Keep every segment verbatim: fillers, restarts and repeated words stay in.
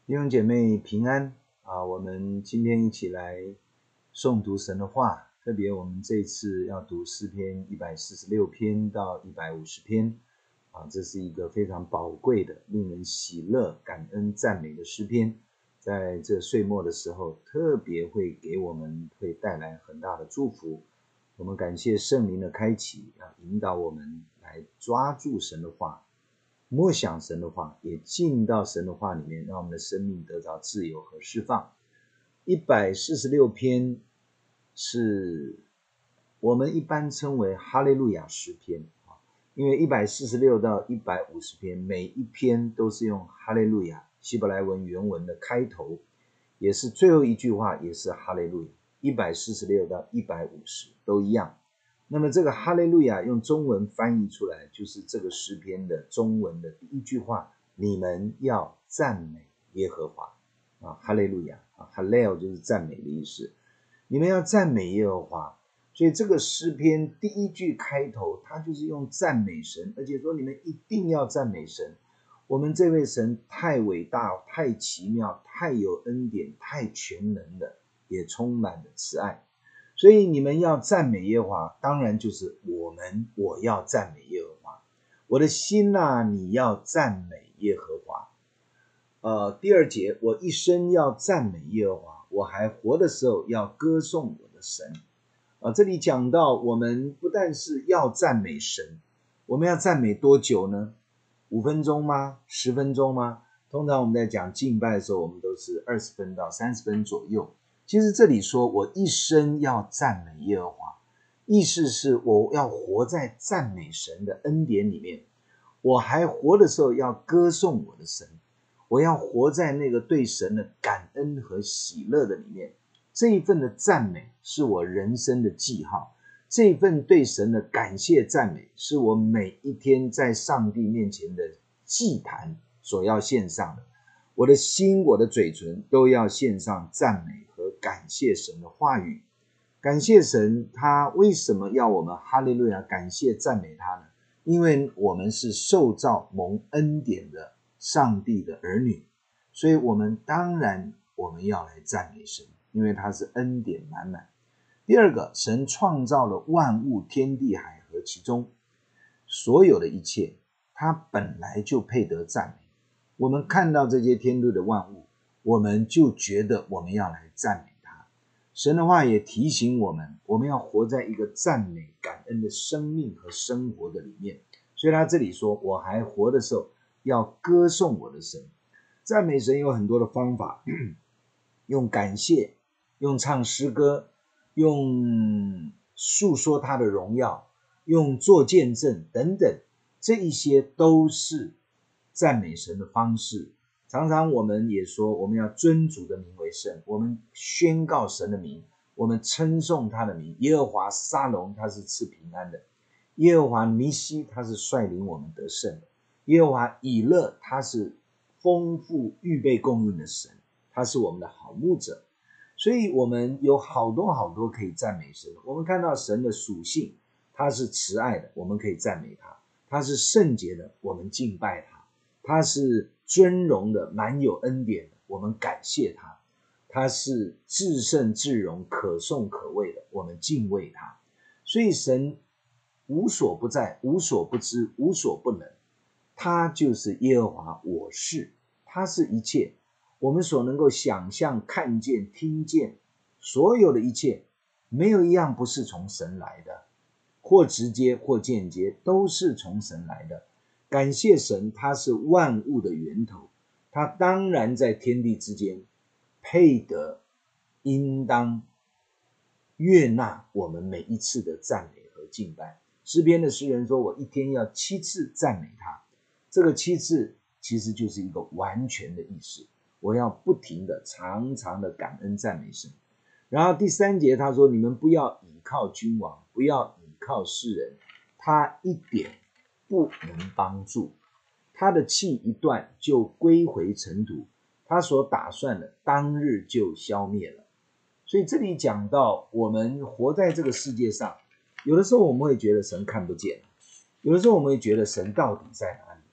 弟兄姐妹平安啊！我们今天一起来诵读神的话，特别我们这次要读诗篇一百四十六篇到一百五十篇啊，这是一个非常宝贵的、令人喜乐、感恩、赞美的诗篇，在这岁末的时候，特别会给我们会带来很大的祝福。我们感谢圣灵的开启啊，引导我们来抓住神的话。默想神的话，也进到神的话里面，让我们的生命得着自由和释放。一百四十六篇是我们一般称为哈利路亚诗篇，因为一百四十六到一百五十篇每一篇都是用哈利路亚希伯来文原文的开头，也是最后一句话也是哈利路亚。一百四十六到一百五十都一样。那么这个哈利路亚用中文翻译出来，就是这个诗篇的中文的第一句话：你们要赞美耶和华啊，哈利路亚啊，哈利就是赞美的意思。你们要赞美耶和华，所以这个诗篇第一句开头，它就是用赞美神，而且说你们一定要赞美神。我们这位神太伟大、太奇妙、太有恩典、太全能的，也充满了慈爱。所以你们要赞美耶和华，当然就是我们我要赞美耶和华。我的心啊，你要赞美耶和华。呃，第二节，我一生要赞美耶和华，我还活的时候要歌颂我的神。呃，这里讲到我们不但是要赞美神，我们要赞美多久呢？五分钟吗？十分钟吗？通常我们在讲敬拜的时候，我们都是二十分到三十分左右。其实这里说我一生要赞美耶和华，意思是我要活在赞美神的恩典里面，我还活的时候要歌颂我的神，我要活在那个对神的感恩和喜乐的里面。这一份的赞美是我人生的记号，这一份对神的感谢赞美是我每一天在上帝面前的祭坛所要献上的。我的心我的嘴唇都要献上赞美和感谢神的话语。感谢神，他为什么要我们哈利路亚感谢赞美他呢？因为我们是受造蒙恩典的上帝的儿女，所以我们当然我们要来赞美神，因为他是恩典满满。第二个，神创造了万物，天地海和其中所有的一切，他本来就配得赞美。我们看到这些天地的万物，我们就觉得我们要来赞美他。神的话也提醒我们，我们要活在一个赞美感恩的生命和生活的里面。所以他这里说，我还活的时候要歌颂我的神。赞美神有很多的方法，用感谢，用唱诗歌，用诉说他的荣耀，用做见证等等，这一些都是赞美神的方式。常常我们也说，我们要尊主的名为圣，我们宣告神的名，我们称颂他的名。耶和华沙龙，他是赐平安的；耶和华尼西，他是率领我们得胜的；耶和华以勒，他是丰富预备供应的神，他是我们的好牧者。所以我们有好多好多可以赞美神。我们看到神的属性，他是慈爱的，我们可以赞美他；他是圣洁的，我们敬拜他；他是尊荣的，满有恩典的，我们感谢他；他是至圣至荣，可颂可畏的，我们敬畏他。所以神无所不在，无所不知，无所不能。他就是耶和华，我是，他是一切。我们所能够想象、看见、听见，所有的一切，没有一样不是从神来的，或直接或间接，都是从神来的。感谢神，他是万物的源头，他当然在天地之间配得应当悦纳我们每一次的赞美和敬拜。诗篇的诗人说，我一天要七次赞美他，这个七次其实就是一个完全的意思，我要不停的常常的感恩赞美神。然后第三节他说，你们不要倚靠君王，不要倚靠世人，他一点不能帮助，他的气一断就归回尘土，他所打算的当日就消灭了。所以这里讲到我们活在这个世界上，有的时候我们会觉得神看不见，有的时候我们会觉得神到底在哪里，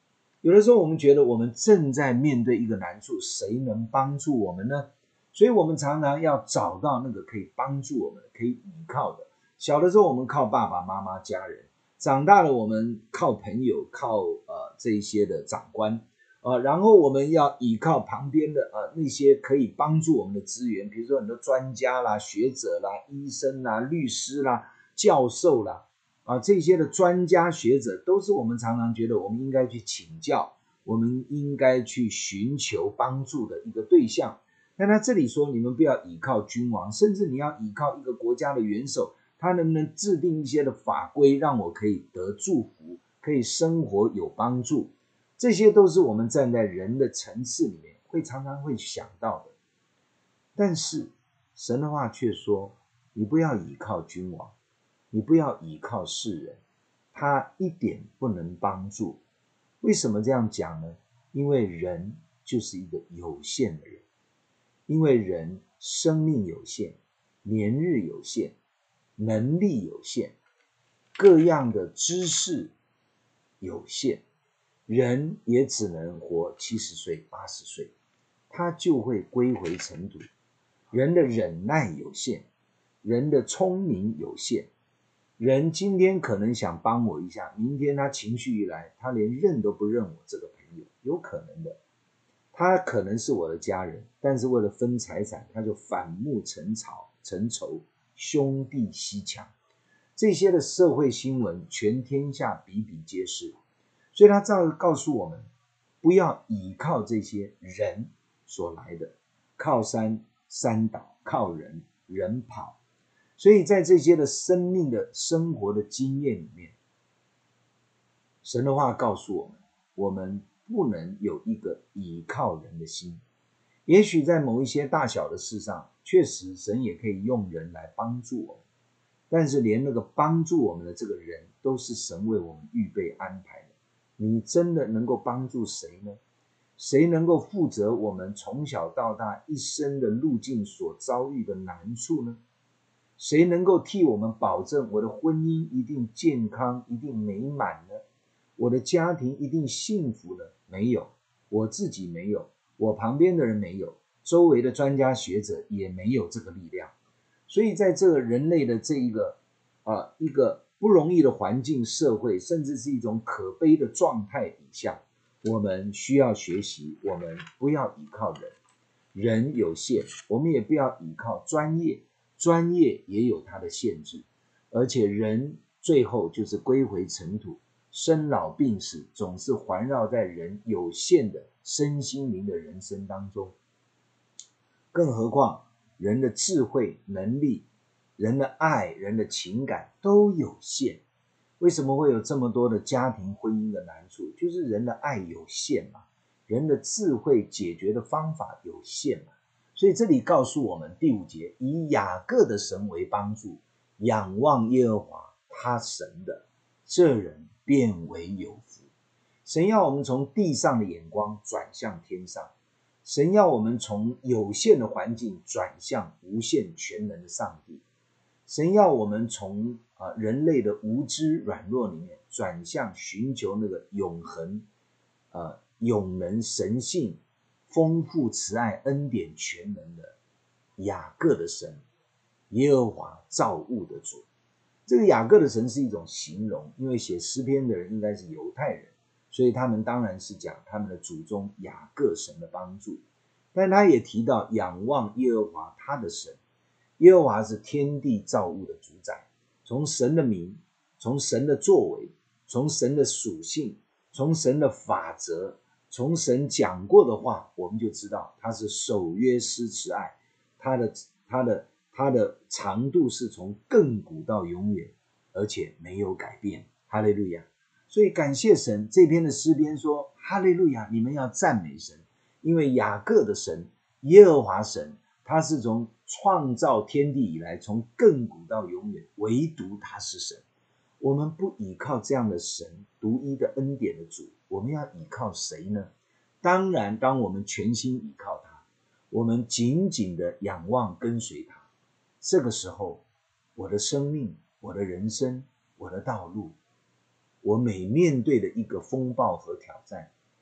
有的时候我们觉得我们正在面对一个难处，谁能帮助我们呢？所以我们常常要找到那个可以帮助我们的，可以依靠的。小的时候我们靠爸爸妈妈家人，长大了我们靠朋友，靠呃这一些的长官，呃，然后我们要依靠旁边的呃那些可以帮助我们的资源，比如说很多专家啦、学者啦、医生啦、律师啦、教授啦，啊，这些的专家学者都是我们常常觉得我们应该去请教，我们应该去寻求帮助的一个对象。但他这里说，你们不要倚靠君王，甚至你要倚靠一个国家的元首，他能不能制定一些的法规，让我可以得祝福，可以生活有帮助？这些都是我们站在人的层次里面会常常会想到的。但是神的话却说，你不要倚靠君王，你不要倚靠世人，他一点不能帮助。为什么这样讲呢？因为人就是一个有限的人，因为人生命有限，年日有限，能力有限，各样的知识有限，人也只能活七十岁、八十岁，他就会归回尘土。人的忍耐有限，人的聪明有限，人今天可能想帮我一下，明天他情绪一来，他连认都不认我这个朋友，有可能的。他可能是我的家人，但是为了分财产，他就反目成仇，成仇，兄弟阋墙。这些的社会新闻，全天下比比皆是。所以他照告诉我们，不要倚靠这些人所来的，靠山山倒，靠人人跑。所以在这些的生命的生活的经验里面，神的话告诉我们，我们不能有一个倚靠人的心。也许在某一些大小的事上，确实神也可以用人来帮助我们，但是连那个帮助我们的这个人都是神为我们预备安排的。你真的能够帮助谁呢？谁能够负责我们从小到大一生的路径所遭遇的难处呢？谁能够替我们保证我的婚姻一定健康，一定美满呢？我的家庭一定幸福呢？没有，我自己没有，我旁边的人没有，周围的专家学者也没有这个力量。所以在这个人类的这一个啊一个不容易的环境社会，甚至是一种可悲的状态底下，我们需要学习，我们不要依靠人，人有限，我们也不要依靠专业，专业也有它的限制，而且人最后就是归回尘土，生老病死总是环绕在人有限的身心灵的人生当中。更何况人的智慧能力，人的爱，人的情感都有限。为什么会有这么多的家庭婚姻的难处？就是人的爱有限嘛，人的智慧解决的方法有限嘛。所以这里告诉我们第五节，以雅各的神为帮助，仰望耶和华他神的，这人便为有福。神要我们从地上的眼光转向天上，神要我们从有限的环境转向无限全能的上帝，神要我们从、呃、人类的无知软弱里面转向寻求那个永恒、呃、永能神性丰富慈爱恩典全能的雅各的神，耶和华造物的主。这个雅各的神是一种形容，因为写诗篇的人应该是犹太人，所以他们当然是讲他们的祖宗雅各神的帮助。但他也提到仰望耶和华他的神，耶和华是天地造物的主宰，从神的名，从神的作为，从神的属性，从神的法则，从神讲过的话，我们就知道他是守约施慈爱，他的他的他的长度是从亘古到永远，而且没有改变。哈利路亚！所以感谢神，这篇的诗篇说哈利路亚，你们要赞美神，因为雅各的神耶和华神，他是从创造天地以来，从亘古到永远，唯独他是神。我们不依靠这样的神，独一的恩典的主，我们要依靠谁呢？当然当我们全心依靠他，我们紧紧的仰望跟随他，这个时候我的生命，我的人生，我的道路，我每面对的一个风暴和挑战，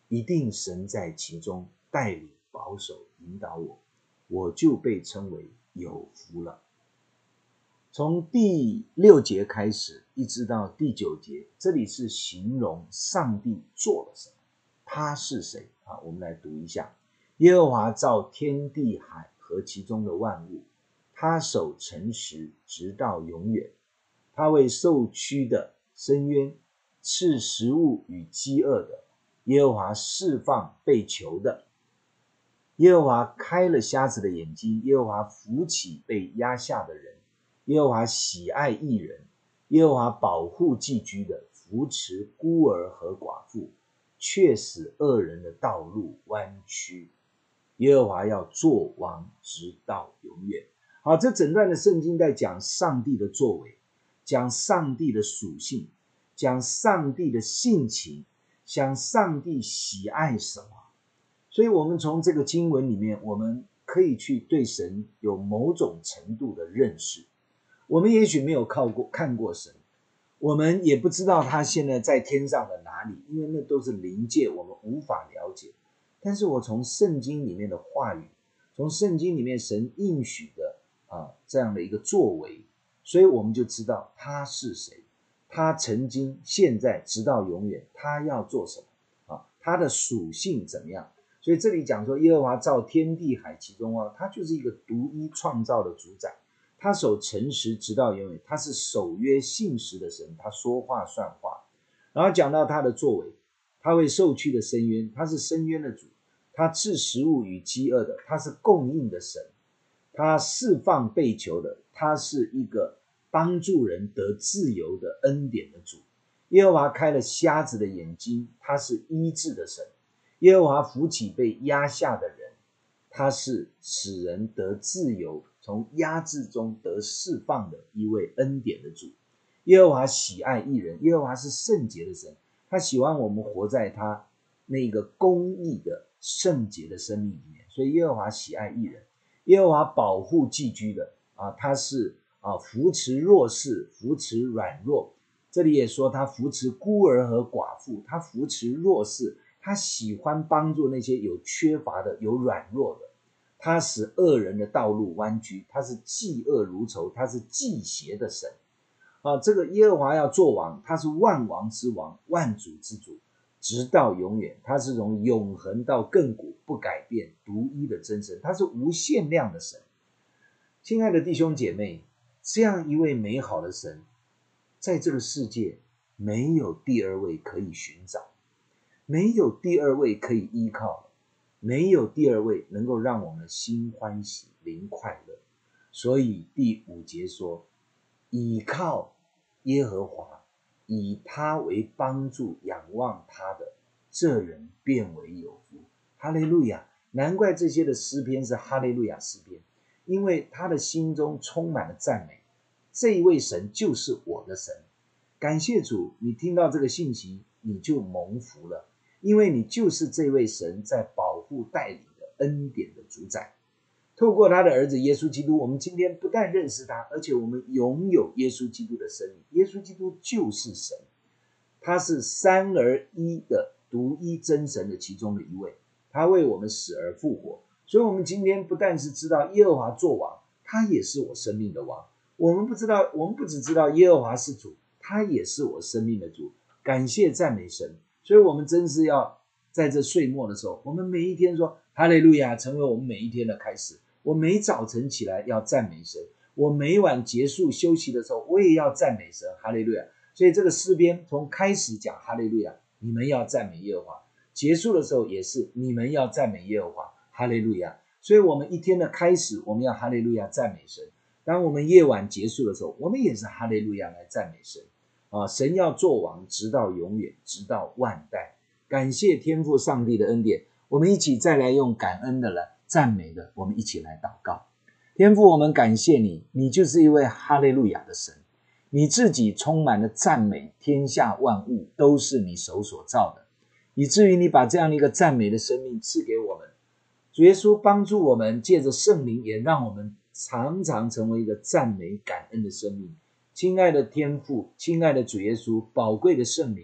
一定神在其中带领、保守、引导我，我就被称为有福了。从第六节开始一直到第九节，这里是形容上帝做了什么，他是谁啊？我们来读一下：耶和华造天地海和其中的万物，他守诚实直到永远。他为受屈的伸冤，赐食物与饥饿的。耶和华释放被囚的。耶和华开了瞎子的眼睛，耶和华扶起被压下的人。耶和华喜爱义人，耶和华保护寄居的，扶持孤儿和寡妇，却使恶人的道路弯曲。耶和华要做王直到永远。好，这整段的圣经在讲上帝的作为，讲上帝的属性，讲上帝的性情，讲上帝喜爱什么。所以我们从这个经文里面，我们可以去对神有某种程度的认识。我们也许没有靠过看过神，我们也不知道他现在在天上的哪里，因为那都是灵界，我们无法了解。但是我从圣经里面的话语，从圣经里面神应许的啊这样的一个作为，所以我们就知道他是谁，他曾经、现在、直到永远，他要做什么啊？他的属性怎么样？所以这里讲说，耶和华造天地海其中啊，他就是一个独一创造的主宰。他守诚实直到永远，他是守约信实的神，他说话算话。然后讲到他的作为，他为受屈的伸冤，他是伸冤的主，他赐食物与饥饿的，他是供应的神，他释放被囚的，他是一个帮助人得自由的恩典的主。耶和华开了瞎子的眼睛，他是医治的神。耶和华扶起被压下的人，他是使人得自由，从压制中得释放的一位恩典的主。耶和华喜爱义人，耶和华是圣洁的神，他喜欢我们活在他那个公义的圣洁的生命里面，所以耶和华喜爱义人。耶和华保护寄居的啊，他是啊扶持弱势，扶持软弱。这里也说他扶持孤儿和寡妇，他扶持弱势，他喜欢帮助那些有缺乏的、有软弱的。他使恶人的道路弯曲，他是嫉恶如仇，他是忌邪的神啊。这个耶和华要做王，他是万王之王，万主之主，直到永远。他是从永恒到亘古不改变、独一的真神，他是无限量的神。亲爱的弟兄姐妹，这样一位美好的神，在这个世界没有第二位可以寻找，没有第二位可以依靠，没有第二位能够让我们心欢喜灵快乐。所以第五节说，倚靠耶和华，以他为帮助，仰望他的，这人变为有福。哈利路亚！难怪这些的诗篇是哈利路亚诗篇，因为他的心中充满了赞美，这一位神就是我的神。感谢主，你听到这个信息你就蒙福了，因为你就是这位神在保护带领的恩典的主宰。透过他的儿子耶稣基督，我们今天不但认识他，而且我们拥有耶稣基督的生命。耶稣基督就是神，他是三而一的独一真神的其中的一位，他为我们死而复活。所以我们今天不但是知道耶和华作王，他也是我生命的王。我们不知道，我们不只知道耶和华是主，他也是我生命的主。感谢赞美神。所以我们真是要在这岁末的时候，我们每一天说哈利路亚，成为我们每一天的开始。我每早晨起来要赞美神，我每晚结束休息的时候，我也要赞美神，哈利路亚。所以这个诗篇从开始讲哈利路亚，你们要赞美耶和华，结束的时候也是你们要赞美耶和华，哈利路亚。所以我们一天的开始，我们要哈利路亚赞美神，当我们夜晚结束的时候，我们也是哈利路亚来赞美神啊！神要做王直到永远，直到万代。感谢天父上帝的恩典，我们一起再来用感恩的来赞美的，我们一起来祷告。天父，我们感谢你，你就是一位哈利路亚的神，你自己充满了赞美，天下万物都是你手所造的，以至于你把这样的一个赞美的生命赐给我们。主耶稣帮助我们，借着圣灵也让我们常常成为一个赞美感恩的生命。亲爱的天父，亲爱的主耶稣，宝贵的圣灵，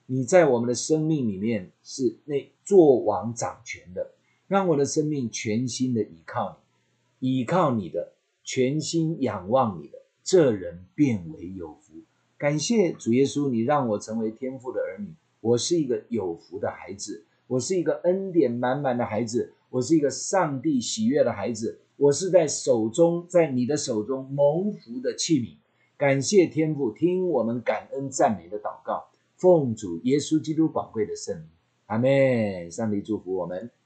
你在我们的生命里面是那作王掌权的，让我的生命全心的倚靠你，倚靠你的，全心仰望你的，这人变为有福。感谢主耶稣，你让我成为天父的儿女，我是一个有福的孩子，我是一个恩典满满的孩子，我是一个上帝喜悦的孩子，我是在手中，在你的手中蒙福的器皿。感谢天父，听我们感恩赞美的祷告，奉主耶稣基督宝贵的圣名，阿们。上帝祝福我们。